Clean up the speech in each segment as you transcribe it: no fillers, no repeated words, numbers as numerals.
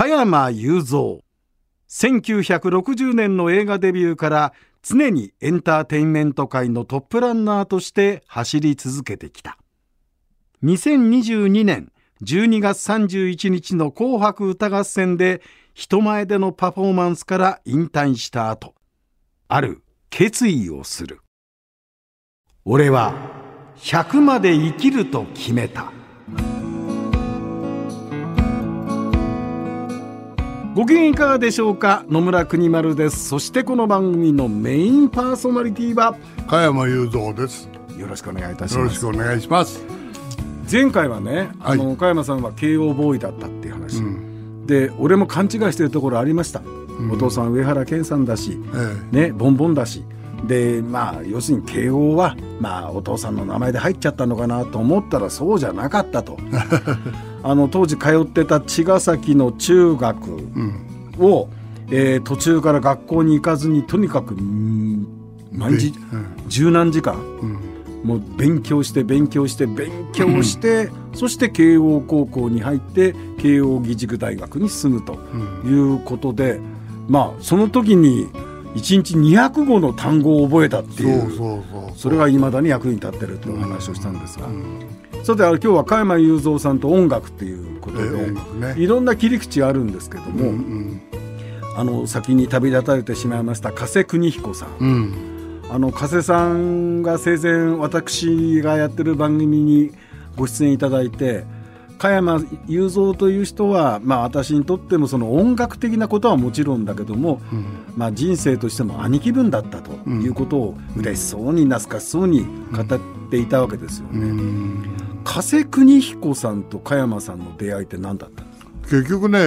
加山雄三。1960年の映画デビューから常にエンターテインメント界のトップランナーとして走り続けてきた。2022年12月31日の紅白歌合戦で人前でのパフォーマンスから引退した後、ある決意をする。俺は100まで生きると決めた。ご機嫌いかがでしょうか。野村国丸です。そしてこの番組のメインパーソナリティは加山雄三です。 よろしくお願いいたします。 よろしくお願いします。 前回はね、 はい、 加山さんは慶応ボーイだったっていう話、で俺も勘違いしてるところありました、お父さん上原健さんだし、ね、ボンボンだしで、要するに慶応は、お父さんの名前で入っちゃったのかなと思ったらそうじゃなかったと当時通ってた茅ヶ崎の中学を、途中から学校に行かずにとにかく毎日十何時間、もう勉強して、そして慶応高校に入って慶応義塾大学に進むということで、その時に1日200語の単語を覚えたっていう、それがいまだに役に立ってるという話をしたんですが、それで今日は加山雄三さんと音楽っていうことで、いろんな切り口あるんですけども、先に旅立たれてしまいました加瀬邦彦さん、加瀬さんが生前私がやってる番組にご出演いただいて、加山雄三という人は、私にとってもその音楽的なことはもちろんだけども、人生としても兄貴分だったということを嬉しそうに懐かしそうに語っていたわけですよね。加瀬邦彦さんと加山さんの出会いって何だったんですか？ 結局ね、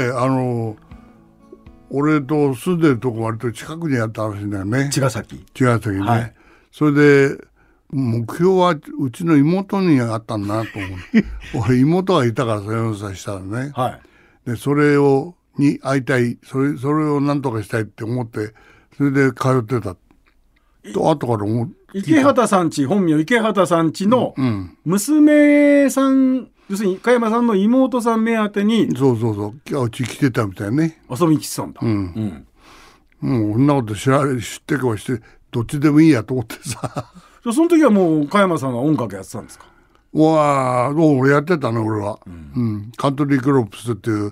俺と住んでるとこ割と近くにあったらしいんだよね。 茅ヶ崎ね、 はい、それで目標はうちの妹にあったんだなと思う俺妹がいたから4歳したらね、でそれに会いたい、それを何とかしたいって思って、それで通ってたと後から思って、 池畑さんち、本名池畑さんちの娘さん、要するに加山さんの妹さん目当てに、 うち来てたみたいね。 遊びに来てたんだ。 もうそんなこと知ってかしてどっちでもいいやと思ってさその時はもう加山さんは音楽やってたんですか？ 俺やってたね、俺は、カントリークロップスっていう、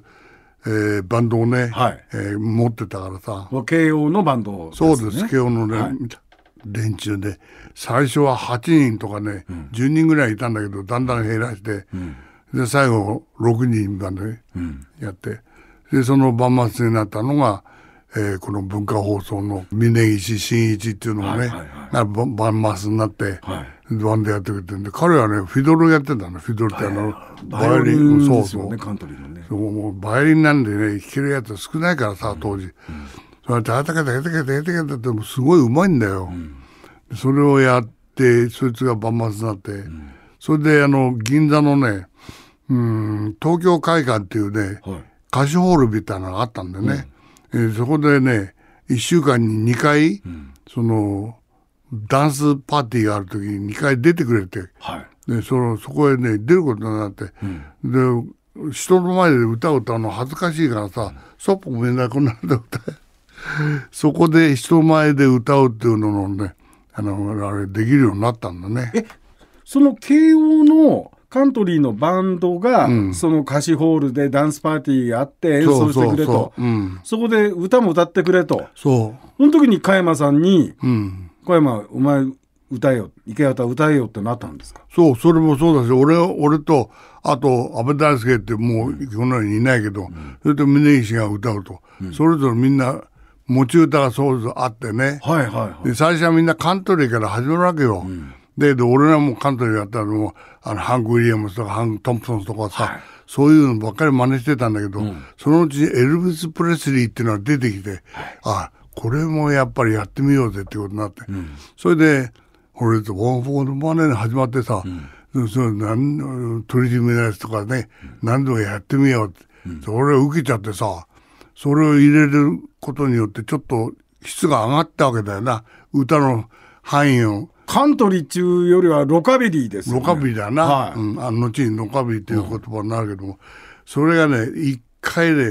バンドをね、持ってたからさ。 慶応のバンドですね。 そうです、慶応のね、連中で最初は8人とかね、10人ぐらいいたんだけど、だんだん減らして、で最後6人まで、やって、でその番末になったのが、この文化放送の峯岸真一っていうのがね、番末になって、バンドやってくれてんで、彼はねフィドルやってたの。フィドルってバイオリンですよね、カントリーのね。 もうバイオリンなんでね、弾けるやつ少ないからさ、当時。そうやってあたかたってすごいうまいんだよ、それをやって、そいつが番末になって、それで銀座のね、東京会館っていうね、歌手ホールみたいなのがあったんでね、そこでね1週間に2回、そのダンスパーティーがある時に2回出てくれて、でそこへね出ることになって、で人の前で歌うの恥ずかしいからさ、そっぽみんなこんなので歌えそこで人前で歌うっていうののね、あれできるようになったんだね。 その慶応のカントリーのバンドが、その歌手ホールでダンスパーティーがあって演奏してくれと、そこで歌も歌ってくれと、その時に加山さんに、加山お前歌えよ、池畑歌えよってなったんですか？ そう、それもそうだし、俺とあと安倍大輔ってもうこの世にいないけど、それと峯岸が歌うと、それぞれみんな持ち歌がそうあってね、で最初はみんなカントリーから始めるわけよ、で俺らもカントリーやったらもうハンク・ウィリアムスとかハンク・トンプソンとかさ、そういうのばっかり真似してたんだけど、そのうちエルヴィス・プレスリーっていうのが出てきて、これもやっぱりやってみようぜってことになって、それで俺と「ワン・フォー・のマネー」に始まってさ、トリティ・ミナレスとかね、何度もやってみようって、俺は受けちゃってさ、それを入れることによってちょっと質が上がったわけだよな、歌の範囲を。 カントリーっていうよりはロカビリーですよね。 ロカビリーだな、後にロカビリーっていう言葉になるけども、それがね一回で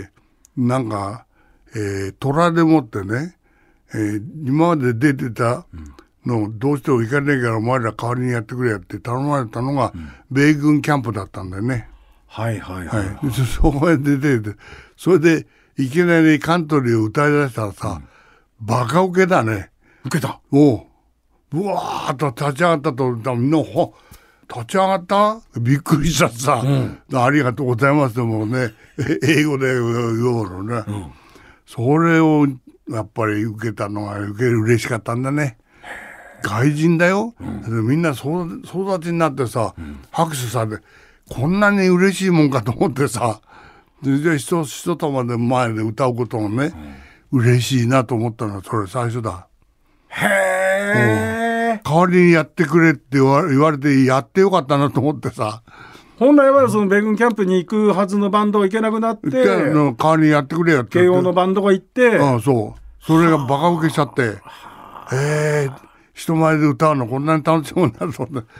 なんか、虎でもってね、今まで出てたのどうしても行かねえからお前ら代わりにやってくれやって頼まれたのが米軍キャンプだったんだよね。 はいはいはい、はい、 そこへ出てそれでいきなりカントリーを歌い出したらさ、バカウケだね。 ウケた。 おう、ぶわーっと立ち上がったとみんな立ち上がったびっくりしたさ、ありがとうございますでもね英語で言うのね、それをやっぱり受けたのが嬉しかったんだね。外人だよ、みんな総立ちになってさ、拍手されてこんなに嬉しいもんかと思ってさ、で人様で前で歌うこともね、嬉しいなと思ったのはそれ最初だ。 へえ。 代わりにやってくれって言われてやってよかったなと思ってさ。 本来はその米軍キャンプに行くはずのバンドが行けなくなって代わりにやってくれよって慶応のバンドが行って、 そうそれがバカ受けしちゃって、人前で歌うのこんなに楽しみになると思って、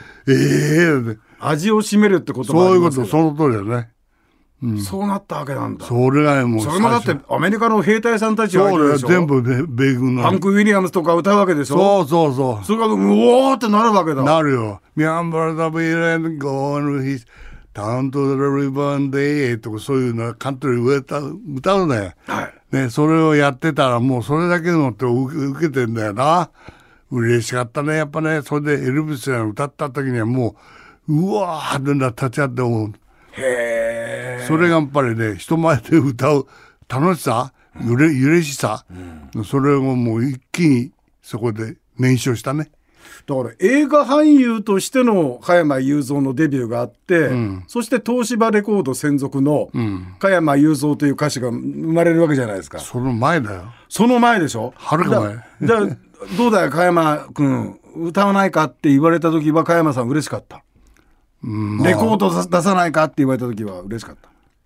味を占めるってこともありますけど、 そういうこと、その通りだね。 そうなったわけなんだ。 それがもうそれもだってアメリカの兵隊さんたちは全部で米軍のハンク・ウィリアムズとか歌うわけでしょ。 そうそれがうおーってなるわけだ。 なるよ。ミャンバーザビーレンゴールヒスタウントゥルリバンデーとかそういうのカントリー歌うね。ね、それをやってたらもうそれだけのって受けてんだよな。嬉しかったねやっぱね。それでエルヴィスが歌った時にはもうわーって立ち会って思う。 へー。 それがやっぱりね人前で歌う楽しさ、嬉しさ、それをもう一気にそこで燃焼したね。 だから映画俳優としての加山雄三のデビューがあって、そして東芝レコード専属の加山雄三という歌手が生まれるわけじゃないですか。 その前だよ。 その前でしょ。 はるか前。 どうだよ加山君歌わないかって言われた時は加山さん嬉しかった。レコード出さないかって言われた時は嬉しかった。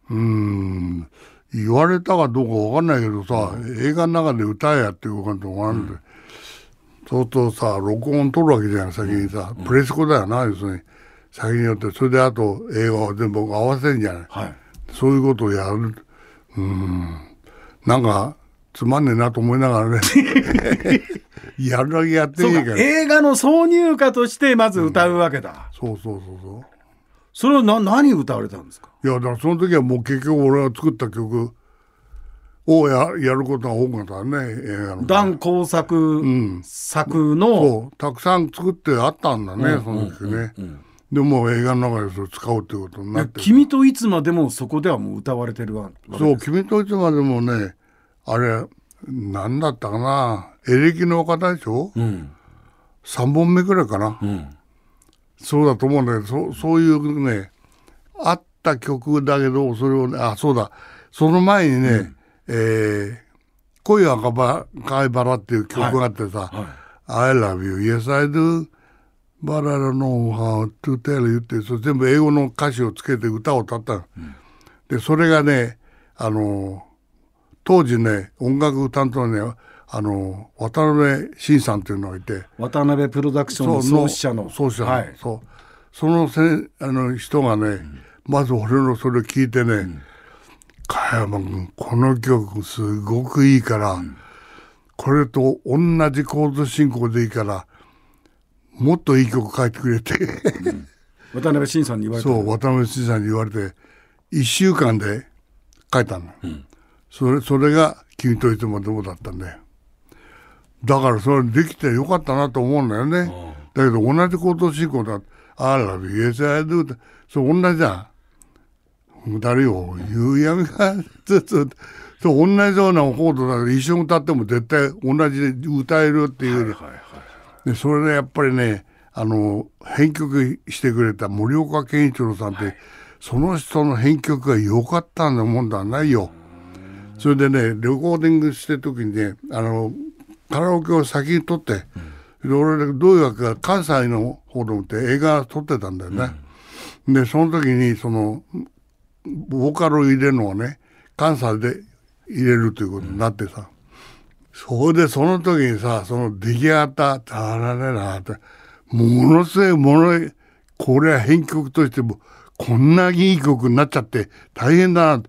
言われたかどうか分かんないけどさ、映画の中で歌えやっていう感じで終わるんで、相当さ録音取るわけじゃない先にさ、プレスコだよな要するに先によって、それであと映画を全部合わせるんじゃない、そういうことをやる。なんかつまんねえなと思いながらねやるだけやっていいから。 映画の挿入歌としてまず歌うわけだ。 そうそれを何歌われたんですか。 いやだからその時はもう結局俺が作った曲をやることが多かったね。映画の弾工作、作のそうたくさん作ってあったんだね、その時ね。でも映画の中でそれ使うっていうことになって、 君といつまでもそこではもう歌われてるわけです。 そう君といつまでもね、あれ何だったかな、エレキの方でしょ、3本目くらいかな、そうだと思うんだけど、そういうねあった曲だけど、それをね、そうだ、その前にね、恋は赤いバラっていう曲があってさ、I love you, yes I do, but I don't know how to tell you って、それ全部英語の歌詞をつけて歌を歌ったの、でそれがね当時ね音楽担当ね渡辺晋さんっていうのがいて、 渡辺プロダクションの創始者のその人がね、まず俺のそれを聞いてね、加山君この曲すごくいいから、これと同じコード進行でいいからもっといい曲書いてくれて渡辺晋さんに言われて、 そう渡辺晋さんに言われて1週間で書いたの、それが君といつまでもだったんだよ。だからそれできてよかったなと思うんだよね。だけど同じコード進行だ、I love you, yes I do って、それ同じじゃん。誰よ、夕闇がずっと同じようなコードだから一緒に歌っても絶対同じで歌えるっていう、でそれでやっぱりね編曲してくれた森岡健一郎さんって、その人の編曲が良かったんだもんだないよ。それでねレコーディングしてる時にねカラオケを先に撮って、で俺どういうわけか関西の方でもって映画撮ってたんだよね、でその時にそのボーカルを入れるのをね関西で入れるということになってさ、それでその時にさその出来上がった「タラレラ」ってものすごいこれは編曲としてもこんないい曲になっちゃって大変だな、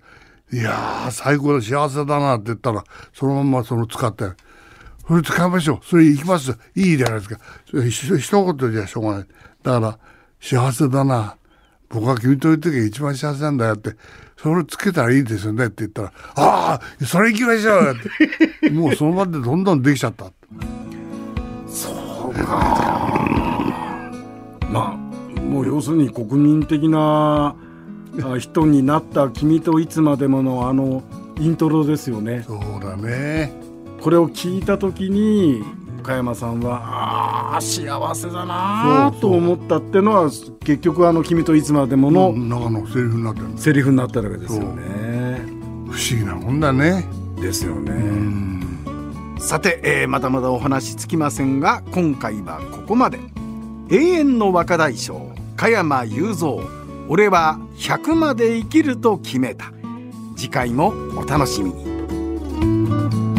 いやー最高だ幸せだなって言ったらそのままその使ってそれ使いましょうそれ行きますいいじゃないですかそれ一言じゃしょうがないだから幸せだな僕は君といる時が一番幸せなんだよってそれつけたらいいですよねって言ったらああそれ行きましょうよってもうその場でどんどんできちゃったそうかまあもう要するに国民的な人になった君といつまでものイントロですよね。 そうだね。 これを聞いた時に加山さんは幸せだなと思ったってのは結局君といつまでもの中のセリフになってるセリフになったわけですよね。 不思議なもんだね。 ですよね。さて、まだまだお話つきませんが今回はここまで。永遠の若大将加山雄三俺は100まで生きると決めた。次回もお楽しみに。